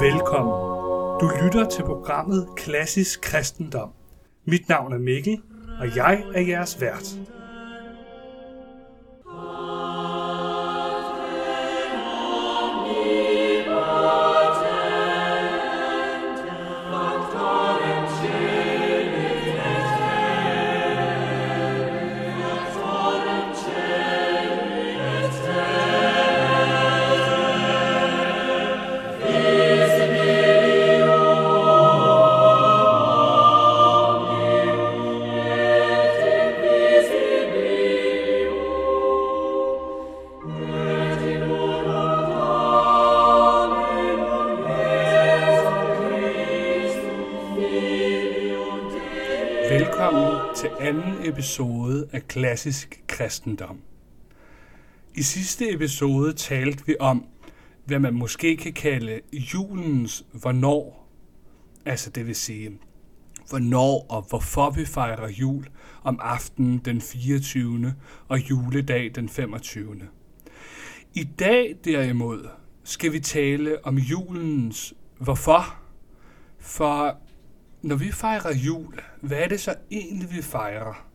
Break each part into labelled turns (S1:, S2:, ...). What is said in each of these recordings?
S1: Velkommen. Du lytter til programmet Klassisk Kristendom. Mit navn er Mikkel, og jeg er jeres vært. Velkommen til anden episode af Klassisk Kristendom. I sidste episode talte vi om, hvad man måske kan kalde julens hvornår. Altså det vil sige, hvornår og hvorfor vi fejrer jul om aftenen den 24. og juledag den 25. I dag derimod skal vi tale om julens hvorfor. For når vi fejrer jul, hvad er det så egentlig, vi fejrer?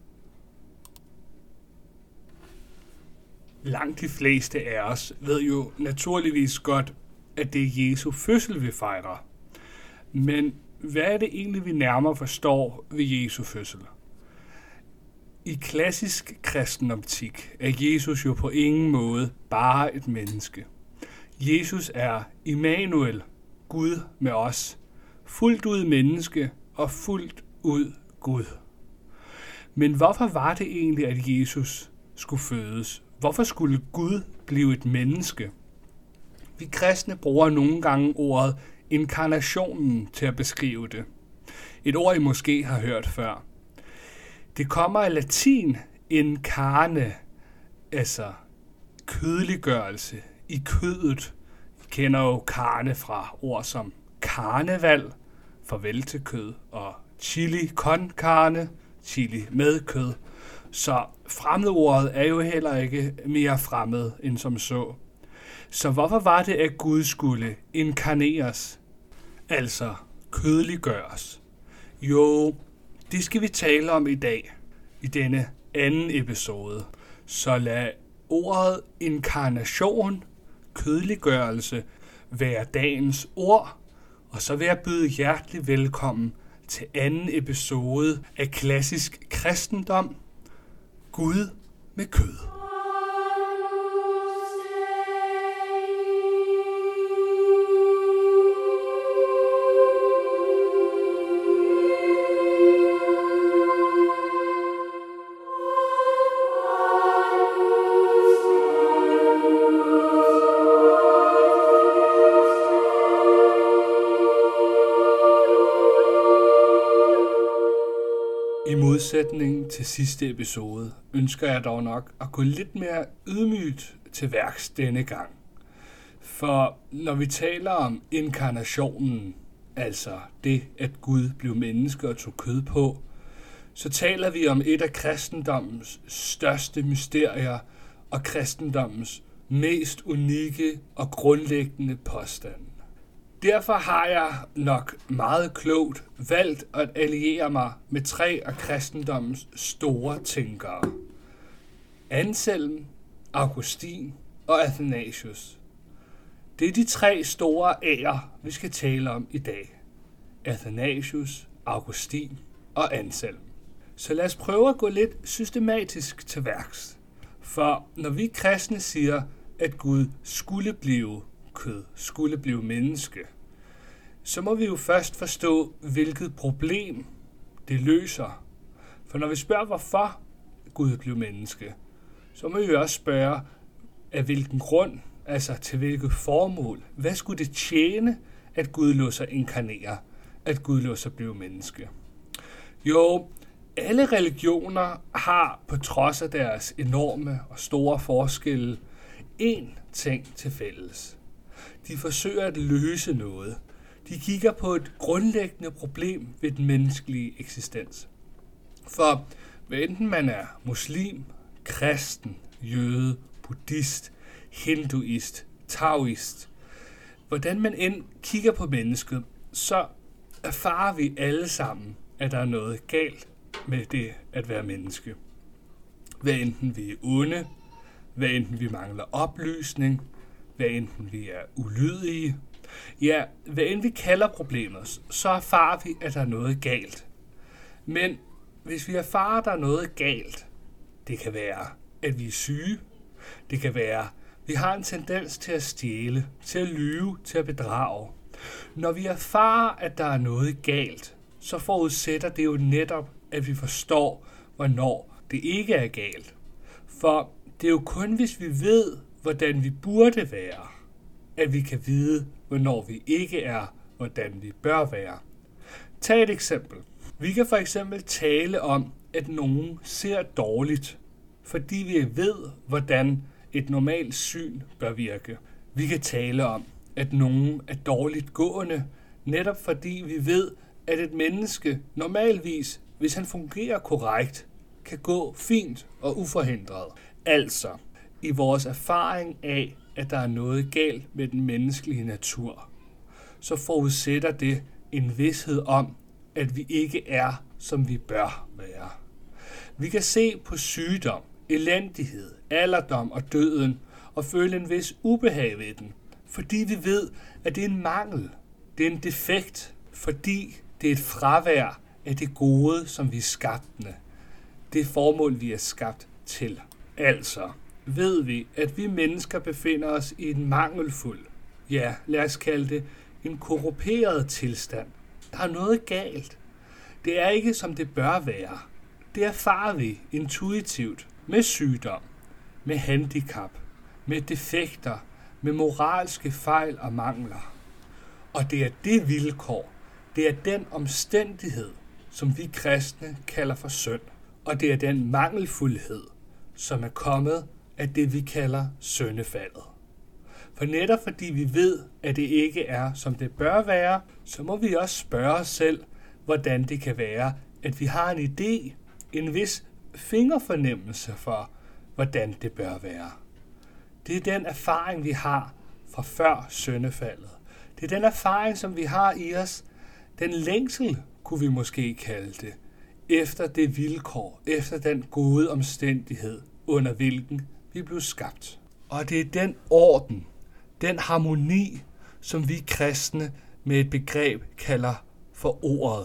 S1: Langt de fleste af os ved jo naturligvis godt, at det er Jesu fødsel, vi fejrer. Men hvad er det egentlig, vi nærmere forstår ved Jesu fødsel? I klassisk kristenoptik er Jesus jo på ingen måde bare et menneske. Jesus er Immanuel, Gud med os, fuldt ud menneske og fuldt ud Gud. Men hvorfor var det egentlig, at Jesus skulle fødes? Hvorfor skulle Gud blive et menneske? Vi kristne bruger nogle gange ordet inkarnationen til at beskrive det. Et ord, I måske har hørt før. Det kommer af latin incarne, altså kødeliggørelse i kødet. I kender jo carne fra ord som karneval, farvel til kød, og chili con carne, chili med kød. Så fremmedordet er jo heller ikke mere fremmed end som så. Så hvorfor var det, at Gud skulle inkarneres, altså kødeliggøres? Jo, det skal vi tale om i dag, i denne anden episode. Så lad ordet inkarnation, kødeliggørelse, være dagens ord, og så vil jeg byde hjertelig velkommen til anden episode af Klassisk Kristendom, Gud med kød. I modsætning til sidste episode ønsker jeg dog nok at gå lidt mere ydmygt til værks denne gang. For når vi taler om inkarnationen, altså det, at Gud blev menneske og tog kød på, så taler vi om et af kristendommens største mysterier og kristendommens mest unikke og grundlæggende påstand. Derfor har jeg nok meget klogt valgt at alliere mig med tre af kristendommens store tænkere. Anselm, Augustin og Athanasius. Det er de tre store A'er, vi skal tale om i dag. Athanasius, Augustin og Anselm. Så lad os prøve at gå lidt systematisk til værks. For når vi kristne siger, at Gud skulle blive kød, skulle blive menneske, så må vi jo først forstå, hvilket problem det løser. For når vi spørger, hvorfor Gud blev menneske, så må vi også spørge, af hvilken grund, altså til hvilket formål. Hvad skulle det tjene, at Gud lod sig inkarnere, at Gud lod sig blive menneske? Jo, alle religioner har på trods af deres enorme og store forskelle én ting til fælles. De forsøger at løse noget. De kigger på et grundlæggende problem ved den menneskelige eksistens. For hvad enten man er muslim, kristen, jøde, buddhist, hinduist, taoist, Hvordan man end kigger på mennesket, så erfarer vi alle sammen, at der er noget galt med det at være menneske. Hvad enten vi er onde, hvad enten vi mangler oplysning, hvad enten vi er ulydige, ja, hvad end vi kalder problemet, så erfarer vi, at der er noget galt. Men hvis vi erfarer, at der er noget galt, det kan være, at vi er syge, det kan være, at vi har en tendens til at stjæle, til at lyve, til at bedrage. Når vi erfarer, at der er noget galt, så forudsætter det jo netop, at vi forstår, hvornår det ikke er galt. For det er jo kun, hvis vi ved, hvordan vi burde være, at vi kan vide, hvornår vi ikke er, hvordan vi bør være. Tag et eksempel. Vi kan for eksempel tale om, at nogen ser dårligt, fordi vi ved, hvordan et normalt syn bør virke. Vi kan tale om, at nogen er dårligt gående, netop fordi vi ved, at et menneske normalvis, hvis han fungerer korrekt, kan gå fint og uforhindret. Altså, i vores erfaring af, at der er noget galt med den menneskelige natur, så forudsætter det en vished om, at vi ikke er, som vi bør være. Vi kan se på sygdom, elendighed, alderdom og døden og føle en vis ubehag ved den, fordi vi ved, at det er en mangel, det er en defekt, fordi det er et fravær af det gode, som vi er skabte. Det formål, vi er skabt til. Altså ved vi, at vi mennesker befinder os i en mangelfuld, ja, lad os kalde det en korrumperet tilstand. Der er noget galt. Det er ikke, som det bør være. Det erfarer vi intuitivt med sygdom, med handicap, med defekter, med moralske fejl og mangler. Og det er det vilkår, det er den omstændighed, som vi kristne kalder for synd. Og det er den mangelfuldhed, som er kommet af det, vi kalder syndefaldet. For netop fordi vi ved, at det ikke er, som det bør være, så må vi også spørge os selv, hvordan det kan være, at vi har en idé, en vis fingerfornemmelse for, hvordan det bør være. Det er den erfaring, vi har fra før syndefaldet. Det er den erfaring, som vi har i os. Den længsel, kunne vi måske kalde det, efter det vilkår, efter den gode omstændighed, under hvilken vi blev skabt. Og det er den orden, den harmoni, som vi kristne med et begreb kalder for ordet.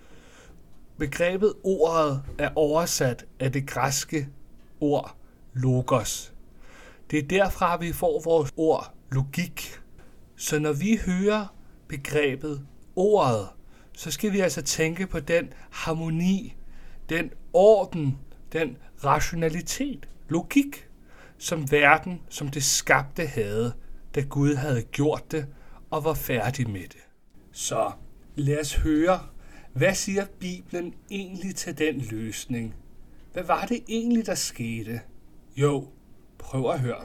S1: Begrebet ordet er oversat af det græske ord logos. Det er derfra, vi får vores ord logik. Så når vi hører begrebet ordet, så skal vi altså tænke på den harmoni, den orden, den rationalitet, logik, som verden, som det skabte havde, da Gud havde gjort det og var færdig med det. Så lad os høre, hvad siger Bibelen egentlig til den løsning? Hvad var det egentlig, der skete? Jo, prøv at høre.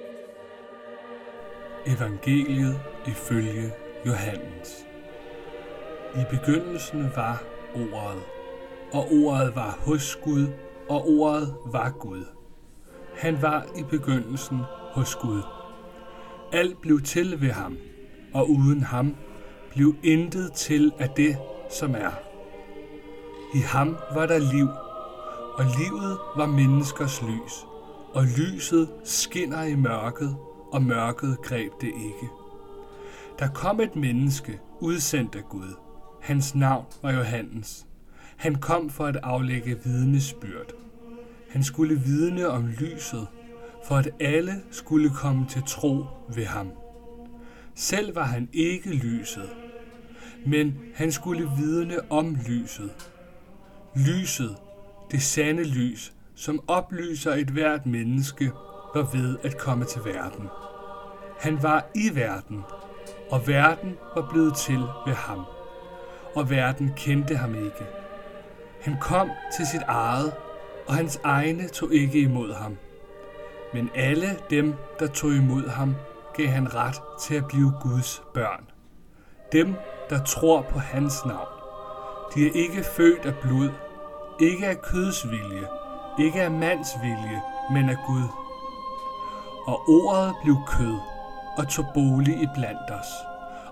S1: Evangeliet ifølge Johannes. I begyndelsen var ordet, og ordet var hos Gud, og ordet var Gud. Han var i begyndelsen hos Gud. Alt blev til ved ham, og uden ham blev intet til af det, som er. I ham var der liv, og livet var menneskers lys, og lyset skinner i mørket, og mørket greb det ikke. Der kom et menneske, udsendt af Gud. Hans navn var Johannes. Han kom for at aflægge vidnesbyrd. Han skulle vidne om lyset, for at alle skulle komme til tro ved ham. Selv var han ikke lyset, men han skulle vidne om lyset. Lyset, det sande lys, som oplyser et hvert menneske, var ved at komme til verden. Han var i verden, og verden var blevet til ved ham, og verden kendte ham ikke. Han kom til sit eget, og hans egne tog ikke imod ham. Men alle dem, der tog imod ham, gav han ret til at blive Guds børn. Dem, der tror på hans navn. De er ikke født af blod, ikke af køds vilje, ikke af mands vilje, men af Gud. Og ordet blev kød og tog bolig iblandt os.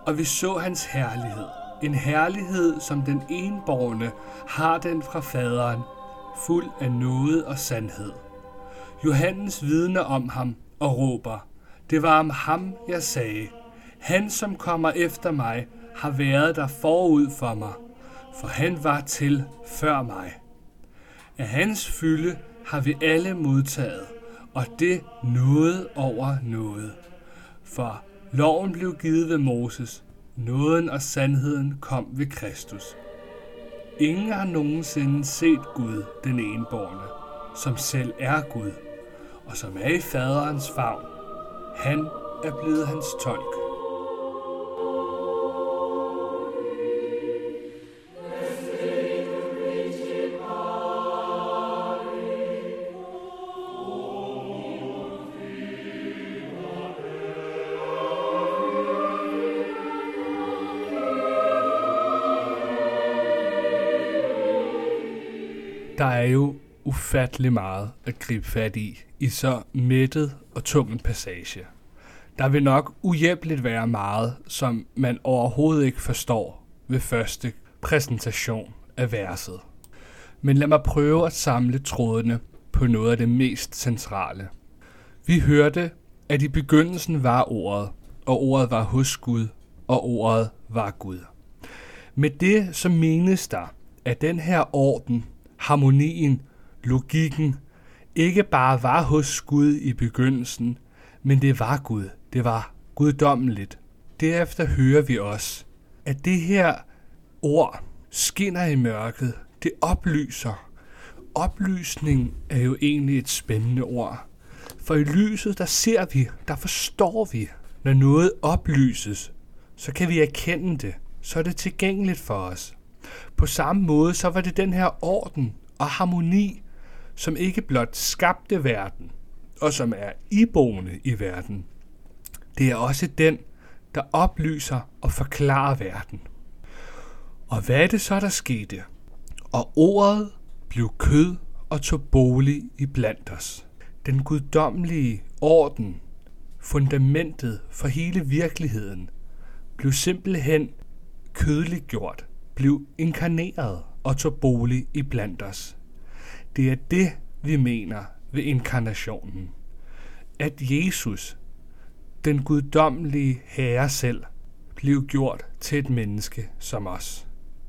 S1: og vi så hans herlighed. En herlighed, som den enbårne har den fra faderen, fuld af nåde og sandhed. Johannes vidner om ham og råber, det var om ham, jeg sagde, han som kommer efter mig, har været der forud for mig, for han var til før mig. Af hans fylde har vi alle modtaget, og det nåde over noget. For loven blev givet ved Moses, nåden og sandheden kom ved Kristus. Ingen har nogensinde set Gud, den enbårne, som selv er Gud, og som er i faderens favn. Han er blevet hans tolk. Der er jo ufattelig meget at gribe fat i så mættet og tung en passage. Der vil nok uhjælpeligt være meget, som man overhovedet ikke forstår ved første præsentation af verset. Men lad mig prøve at samle trådene på noget af det mest centrale. Vi hørte, at i begyndelsen var ordet, og ordet var hos Gud, og ordet var Gud. Med det så menes der, at den her orden, harmonien, logikken, ikke bare var hos Gud i begyndelsen, men det var Gud. Det var guddommeligt. Derefter hører vi også, at det her ord skinner i mørket. Det oplyser. Oplysning er jo egentlig et spændende ord. For i lyset, der ser vi, der forstår vi. Når noget oplyses, så kan vi erkende det. Så er det tilgængeligt for os. På samme måde, så var det den her orden og harmoni, som ikke blot skabte verden, og som er iboende i verden. Det er også den, der oplyser og forklarer verden. Og hvad er det så, der skete? Og ordet blev kød og tog bolig iblandt os. Den guddommelige orden, fundamentet for hele virkeligheden, blev simpelthen kødeliggjort, blev inkarneret og tog bolig iblandt os. Det er det, vi mener ved inkarnationen. At Jesus, den guddommelige Herre selv, blev gjort til et menneske som os.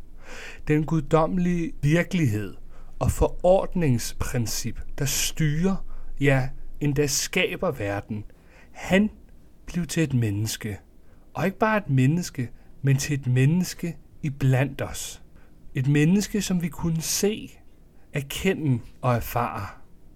S1: Den guddommelige virkelighed og forordningsprincip, der styrer, ja, endda skaber verden, han blev til et menneske. Og ikke bare et menneske, men til et menneske iblandt os. Et menneske, som vi kunne se, erkende og erfare.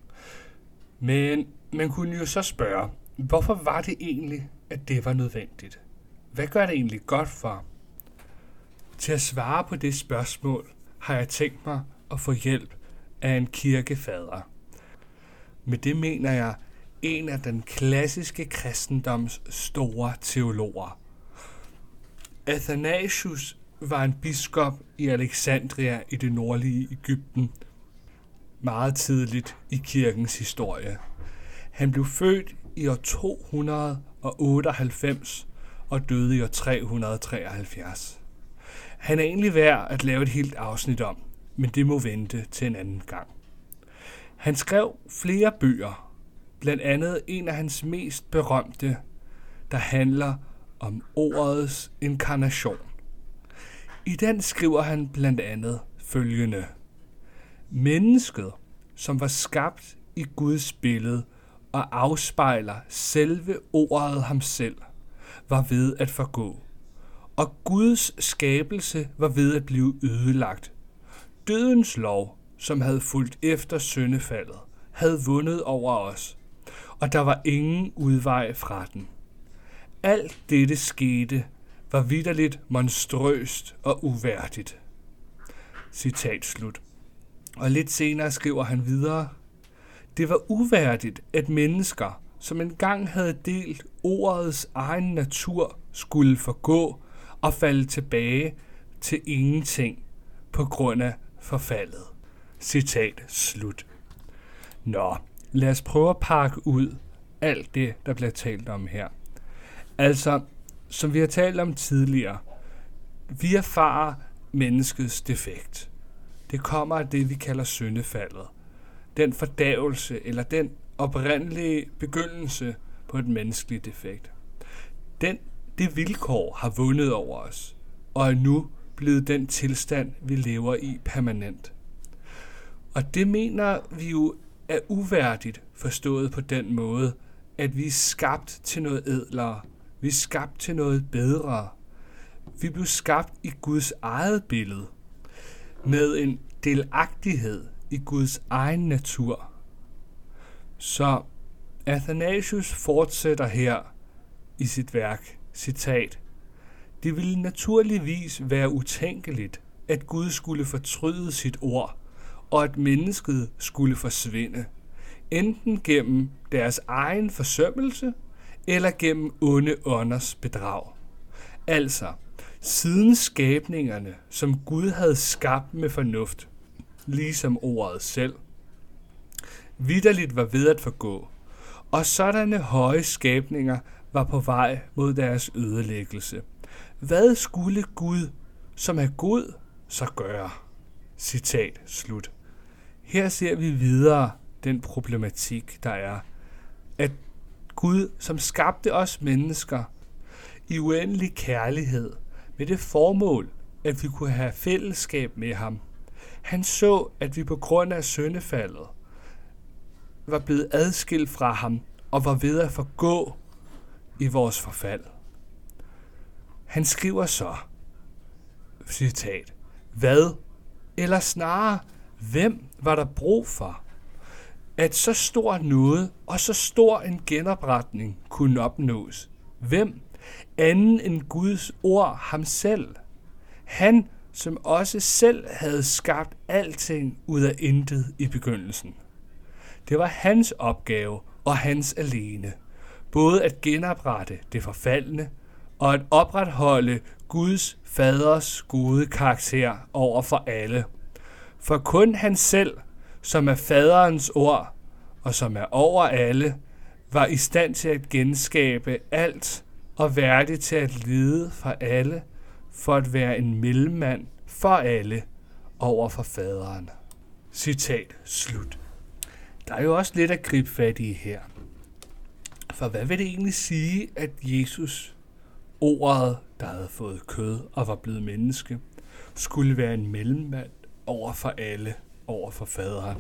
S1: Men man kunne jo så spørge, hvorfor var det egentlig, at det var nødvendigt? Hvad gør det egentlig godt for? Til at svare på det spørgsmål, har jeg tænkt mig at få hjælp af en kirkefader. Med det mener jeg en af den klassiske kristendoms store teologer. Athanasius var en biskop i Alexandria i det nordlige Egypten, meget tidligt i kirkens historie. Han blev født i år 298 og døde i år 373. Han er egentlig værd at lave et helt afsnit om, men det må vente til en anden gang. Han skrev flere bøger, blandt andet en af hans mest berømte, der handler om ordets inkarnation. I den skriver han blandt andet følgende: mennesket, som var skabt i Guds billede og afspejler selve ordet ham selv, var ved at forgå, og Guds skabelse var ved at blive ødelagt. Dødens lov, som havde fulgt efter syndefaldet, havde vundet over os, og der var ingen udvej fra den. Alt dette skete var vitterligt monstrøst og uværdigt. Citat slut. Og lidt senere skriver han videre: det var uværdigt, at mennesker, som engang havde delt ordets egen natur, skulle forgå og falde tilbage til ingenting på grund af forfaldet. Citat slut. Nå, lad os prøve at pakke ud alt det, der bliver talt om her. Altså, som vi har talt om tidligere, vi erfarer menneskets defekt. Det kommer af det, vi kalder syndefaldet. Den fordavelse eller den oprindelige begyndelse på et menneskeligt defekt. Det vilkår har vundet over os, og er nu blevet den tilstand, vi lever i permanent. Og det mener vi jo er uværdigt, forstået på den måde, at vi er skabt til noget ædlere. Vi er skabt til noget bedre. Vi blev skabt i Guds eget billede, med en delagtighed i Guds egen natur. Så Athanasius fortsætter her i sit værk, citat: Det ville naturligvis være utænkeligt, at Gud skulle fortryde sit ord, og at mennesket skulle forsvinde, enten gennem deres egen forsømmelse eller gennem onde ånders bedrag. Altså, siden skabningerne, som Gud havde skabt med fornuft, ligesom ordet selv, vitterligt var ved at forgå, og sådanne høje skabninger var på vej mod deres ødelæggelse. Hvad skulle Gud, som er god, så gøre? Citat slut. Her ser vi videre den problematik, der er, at Gud, som skabte os mennesker i uendelig kærlighed, med det formål, at vi kunne have fællesskab med ham. Han så, at vi på grund af syndefaldet var blevet adskilt fra ham og var ved at forgå i vores forfald. Han skriver så, citat: Hvad, eller snarere, hvem var der brug for, at så stor noget og så stor en genopretning kunne opnås? Hvem, anden end Guds ord ham selv? Han, som også selv havde skabt alting ud af intet i begyndelsen. Det var hans opgave og hans alene, både at genoprette det forfaldne og at opretholde Guds faders gode karakter over for alle. For kun han selv, som er faderens ord og som er over alle, var i stand til at genskabe alt og værdig til at lide for alle, for at være en mellemmand for alle over for faderen. Citat slut. Der er jo også lidt at gribe fat i her. For hvad vil det egentlig sige, at Jesus, ordet, der havde fået kød og var blevet menneske, skulle være en mellemmand over for alle, over for faderen?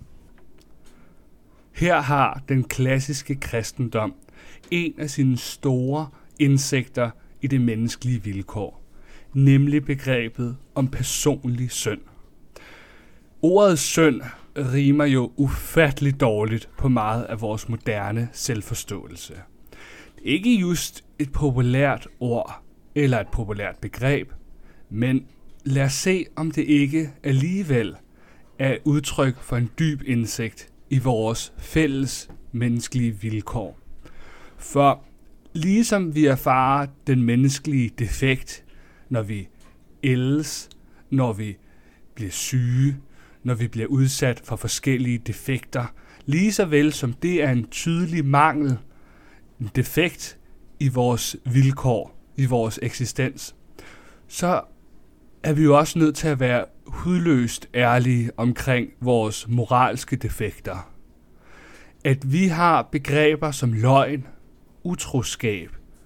S1: Her har den klassiske kristendom en af sine store indsigter i det menneskelige vilkår, nemlig begrebet om personlig synd. Ordet synd rimer jo ufatteligt dårligt på meget af vores moderne selvforståelse. Det er ikke just et populært ord eller et populært begreb, men lad os se, om det ikke alligevel er udtryk for en dyb indsigt i vores fælles menneskelige vilkår. For ligesom vi erfarer den menneskelige defekt, når vi ældes, når vi bliver syge, når vi bliver udsat for forskellige defekter, lige så vel som det er en tydelig mangel, en defekt i vores vilkår, i vores eksistens, så er vi jo også nødt til at være hudløst ærlige omkring vores moralske defekter. At vi har begreber som løgn, utroskab,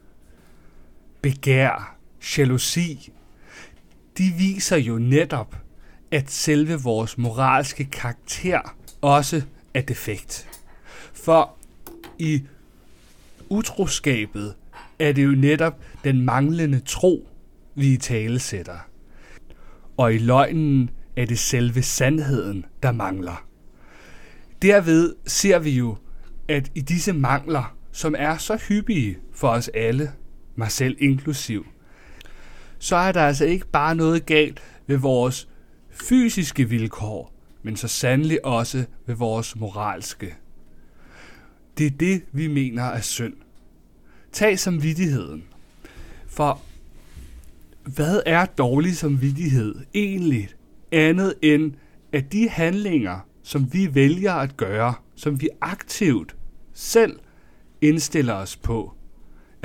S1: begær, jalousi, de viser jo netop, at selve vores moralske karakter også er defekt. For i utroskabet er det jo netop den manglende tro, vi italesætter. Og i løgnen er det selve sandheden, der mangler. Derved ser vi jo, at i disse mangler, som er så hyppige for os alle, mig selv inklusiv, så er der altså ikke bare noget galt ved vores fysiske vilkår, men så sandelig også ved vores moralske. Det er det, vi mener er synd. Tag samvittigheden. For hvad er dårlig samvittighed egentlig andet end at de handlinger, som vi vælger at gøre, som vi aktivt selv indstiller os på,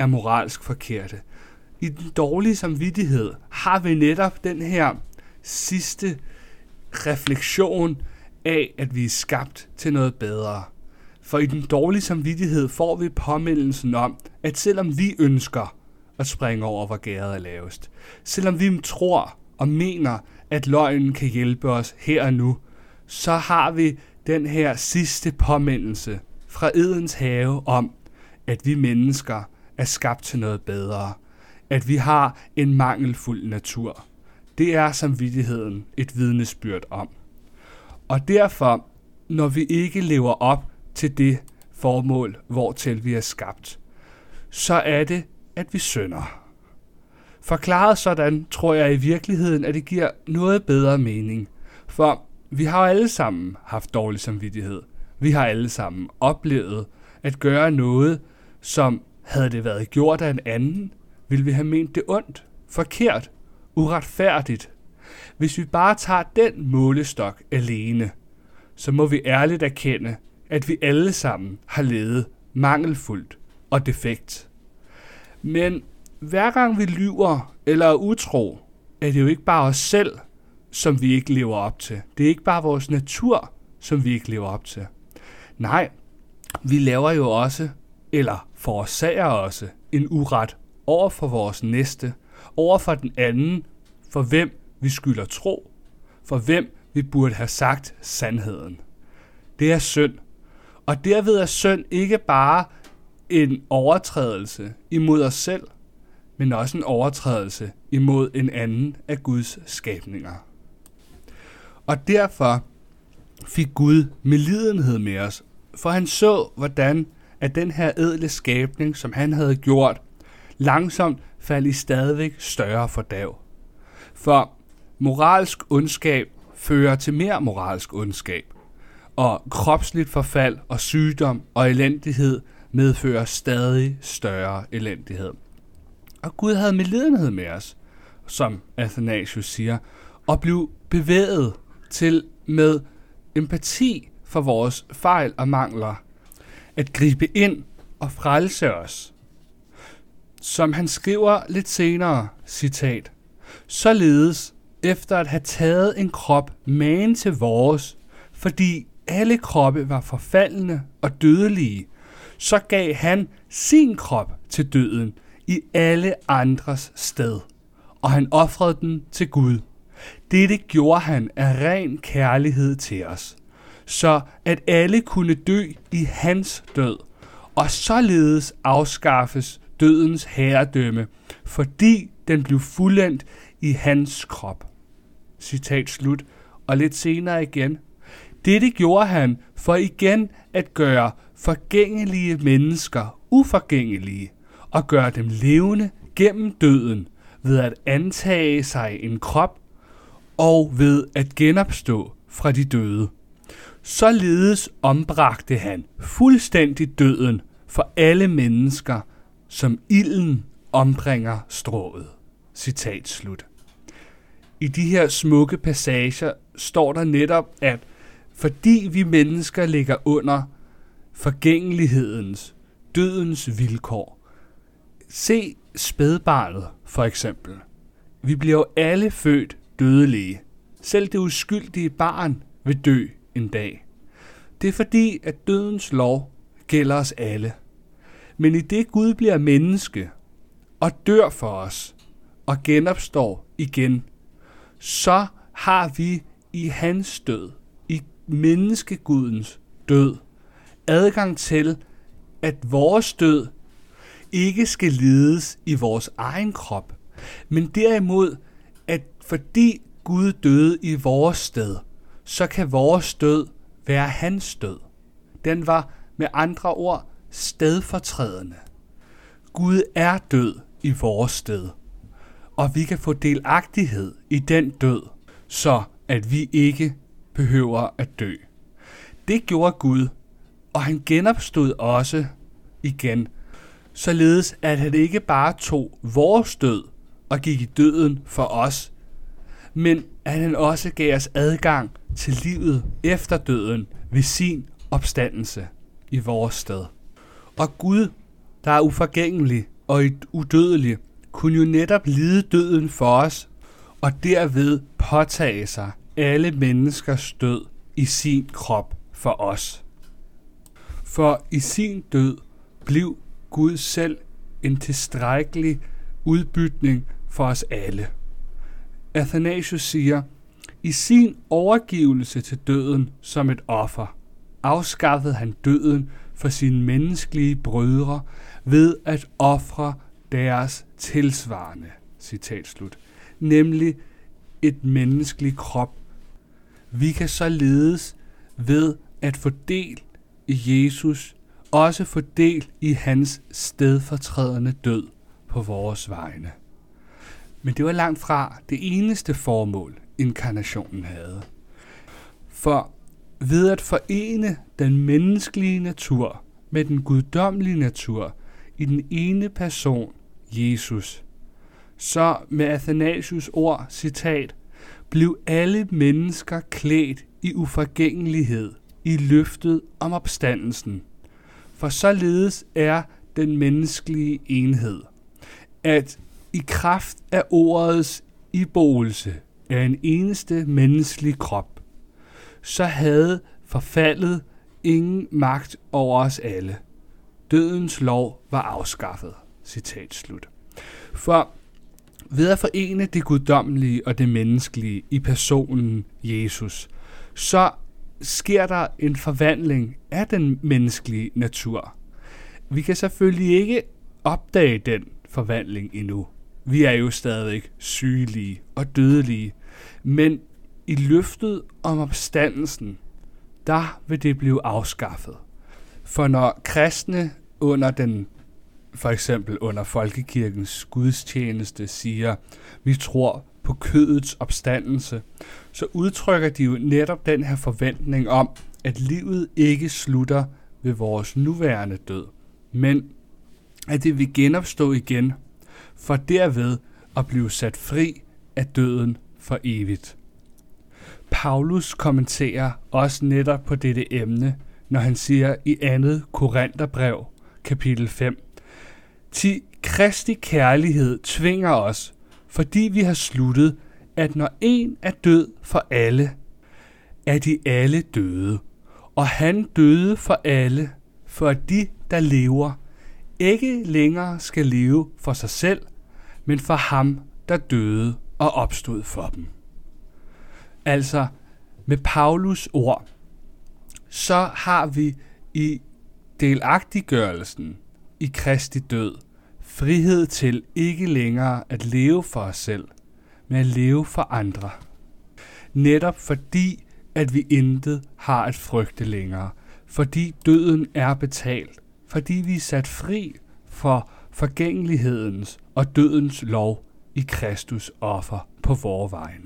S1: er moralsk forkerte. I den dårlige samvittighed har vi netop den her sidste refleksion af, at vi er skabt til noget bedre. For i den dårlige samvittighed får vi påmindelsen om, at selvom vi ønsker at springe over, hvor gærdet er lavest, selvom vi tror og mener, at løgnen kan hjælpe os her og nu, så har vi den her sidste påmindelse fra Edens have om, at vi mennesker er skabt til noget bedre, at vi har en mangelfuld natur. Det er samvittigheden et vidnesbyrd om. Og derfor, når vi ikke lever op til det formål, hvortil vi er skabt, så er det, at vi synder. Forklaret sådan, tror jeg i virkeligheden, at det giver noget bedre mening. For vi har jo alle sammen haft dårlig samvittighed. Vi har alle sammen oplevet at gøre noget, som havde det været gjort af en anden, ville vi have ment det ondt, forkert, uretfærdigt. Hvis vi bare tager den målestok alene, så må vi ærligt erkende, at vi alle sammen har levet mangelfuldt og defekt. Men hver gang vi lyver eller er utro, er det jo ikke bare os selv, som vi ikke lever op til. Det er ikke bare vores natur, som vi ikke lever op til. Nej, vi laver jo også, eller forårsager også, en uret over for vores næste, over for den anden, for hvem vi skylder tro, for hvem vi burde have sagt sandheden. Det er synd. Og derved er synd ikke bare en overtrædelse imod os selv, men også en overtrædelse imod en anden af Guds skabninger. Og derfor fik Gud medlidenhed med os, for han så, hvordan at den her ædle skabning, som han havde gjort, langsomt faldt i stadigvæk større fordav. For moralsk ondskab fører til mere moralsk ondskab, og kropsligt forfald og sygdom og elendighed medfører stadig større elendighed. Og Gud havde medlidenhed med os, som Athanasius siger, og blev bevæget til med empati for vores fejl og mangler, at gribe ind og frelse os. Som han skriver lidt senere, citat, således efter at have taget en krop magen til vores, fordi alle kroppe var forfaldne og dødelige, så gav han sin krop til døden i alle andres sted, og han ofrede den til Gud. Dette gjorde han af ren kærlighed til os, så at alle kunne dø i hans død, og således afskaffes dødens herredømme, fordi den blev fuldendt i hans krop. Citat slut. Og lidt senere igen. Dette gjorde han for igen at gøre forgængelige mennesker uforgængelige og gøre dem levende gennem døden ved at antage sig en krop og ved at genopstå fra de døde. Således ombragte han fuldstændig døden for alle mennesker, som ilden ombringer strået. Citat slut. I de her smukke passager står der netop, at fordi vi mennesker ligger under forgængelighedens, dødens vilkår. Se spædbarnet for eksempel. Vi bliver jo alle født dødelige. Selv det uskyldige barn vil dø en dag. Det er fordi, at dødens lov gælder os alle. Men i det Gud bliver menneske og dør for os og genopstår igen, så har vi i hans død, i menneskegudens død, adgang til, at vores død ikke skal lides i vores egen krop, men derimod, at fordi Gud døde i vores sted, så kan vores død være hans død. Den var med andre ord stedfortrædende. Gud er død i vores sted, og vi kan få delagtighed i den død, så at vi ikke behøver at dø. Det gjorde Gud, og han genopstod også igen, således at han ikke bare tog vores død og gik i døden for os, men at han også gav os adgang til livet efter døden ved sin opstandelse i vores sted. Og Gud, der er uforgængelig og udødelig, kunne jo netop lide døden for os, og derved påtage sig alle menneskers død i sin krop for os. For i sin død blev Gud selv en tilstrækkelig udbytning for os alle. Athanasius siger, i sin overgivelse til døden som et offer, afskaffede han døden for sine menneskelige brødre ved at ofre deres tilsvarende, citat slut, nemlig et menneskelig krop. Vi kan således ved at få del i Jesus, også få del i hans stedfortrædende død på vores vegne. Men det var langt fra det eneste formål, inkarnationen havde. For ved at forene den menneskelige natur med den guddommelige natur i den ene person, Jesus, så med Athanasius ord, citat, blev alle mennesker klædt i uforgængelighed i løftet om opstandelsen. For således er den menneskelige enhed, at i kraft af ordets iboelse af en eneste menneskelig krop, så havde forfaldet ingen magt over os alle. Dødens lov var afskaffet. Citat slut. For ved at forene det guddommelige og det menneskelige i personen Jesus, så sker der en forvandling af den menneskelige natur. Vi kan selvfølgelig ikke opdage den forvandling endnu. Vi er jo stadig sygelige og dødelige, men i løftet om opstandelsen, der vil det blive afskaffet. For når kristne for eksempel under folkekirkens gudstjeneste siger, vi tror på kødets opstandelse, så udtrykker de jo netop den her forventning om, at livet ikke slutter ved vores nuværende død, men at det vil genopstå igen, for derved at blive sat fri af døden for evigt. Paulus kommenterer også netop på dette emne, når han siger i 2. Korintherbrev, kapitel 5, "Ti Kristi kærlighed tvinger os, fordi vi har sluttet, at når en er død for alle, er de alle døde, og han døde for alle, for at de, der lever, ikke længere skal leve for sig selv, men for ham, der døde og opstod for dem." Altså, med Paulus ord, så har vi i delagtiggørelsen i Kristi død frihed til ikke længere at leve for os selv, men at leve for andre. Netop fordi, at vi intet har at frygte længere, fordi døden er betalt, fordi vi er sat fri for forgængelighedens og dødens lov i Kristus offer på vores vegne.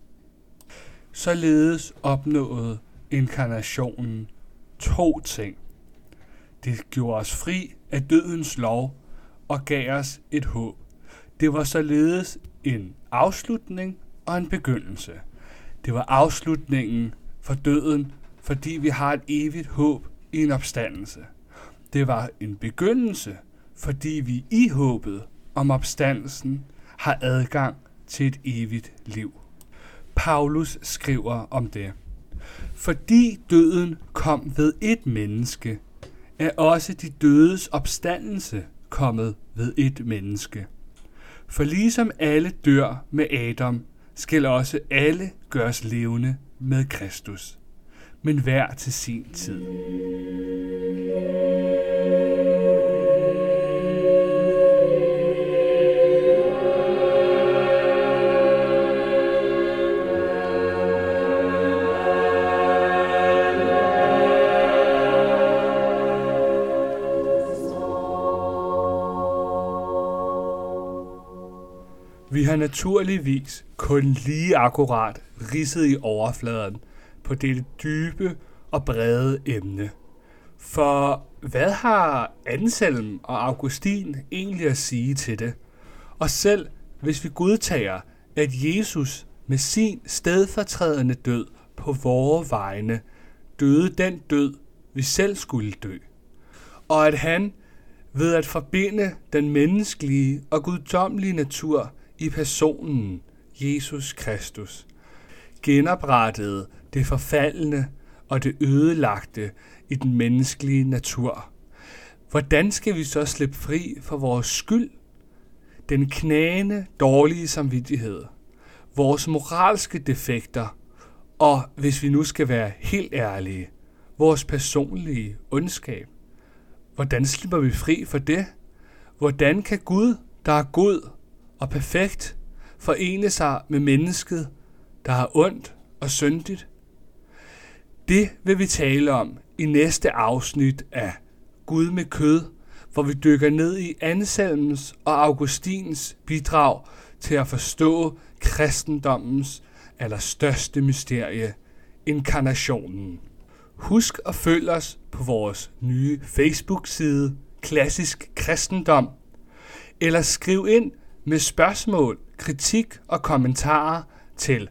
S1: Således opnåede inkarnationen 2 ting. Det gjorde os fri af dødens lov og gav os et håb. Det var således en afslutning og en begyndelse. Det var afslutningen for døden, fordi vi har et evigt håb i en opstandelse. Det var en begyndelse, fordi vi i håbet om opstandelsen har adgang til et evigt liv. Paulus skriver om det. Fordi døden kom ved et menneske, er også de dødes opstandelse kommet ved et menneske. For ligesom alle dør med Adam, skal også alle gøres levende med Kristus, men hver til sin tid. Vi har naturligvis kun lige akkurat ridset i overfladen på dette dybe og brede emne. For hvad har Anselm og Augustin egentlig at sige til det? Og selv hvis vi godtager, at Jesus med sin stedfortrædende død på vore vegne døde den død, vi selv skulle dø, og at han ved at forbinde den menneskelige og guddommelige natur i personen Jesus Kristus, genoprettede det forfaldne og det ødelagte i den menneskelige natur. Hvordan skal vi så slippe fri for vores skyld, den knagende, dårlige samvittighed, vores moralske defekter, og hvis vi nu skal være helt ærlige, vores personlige ondskab? Hvordan slipper vi fri for det? Hvordan kan Gud, der er god og perfekt, forene sig med mennesket, der er ondt og syndigt? Det vil vi tale om i næste afsnit af Gud med kød, hvor vi dykker ned i Anselms og Augustins bidrag til at forstå kristendommens allerstørste mysterie, inkarnationen. Husk at følge os på vores nye Facebook-side, Klassisk Kristendom, eller skriv ind med spørgsmål, kritik og kommentarer til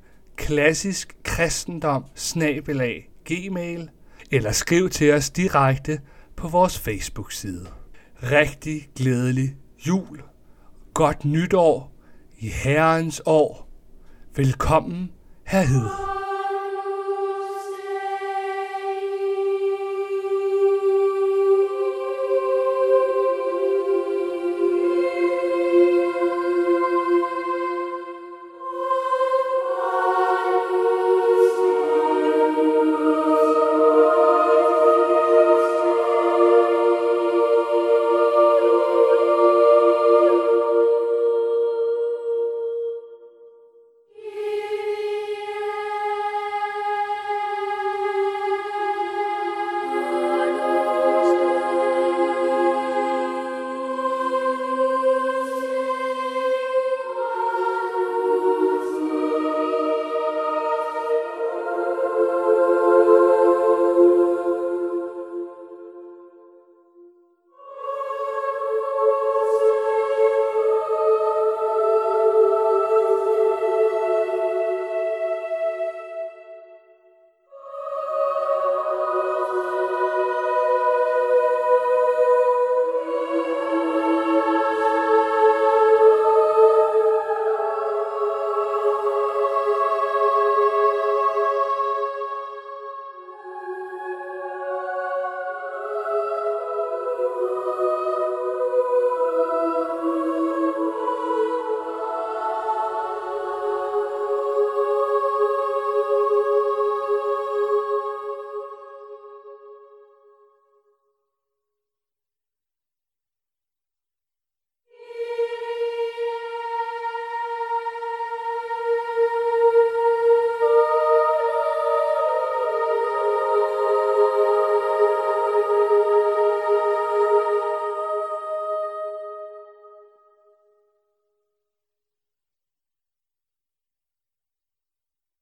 S1: klassiskkristendom@gmail, eller skriv til os direkte på vores Facebook-side. Rigtig glædelig jul, godt nytår i Herrens år. Velkommen herhed.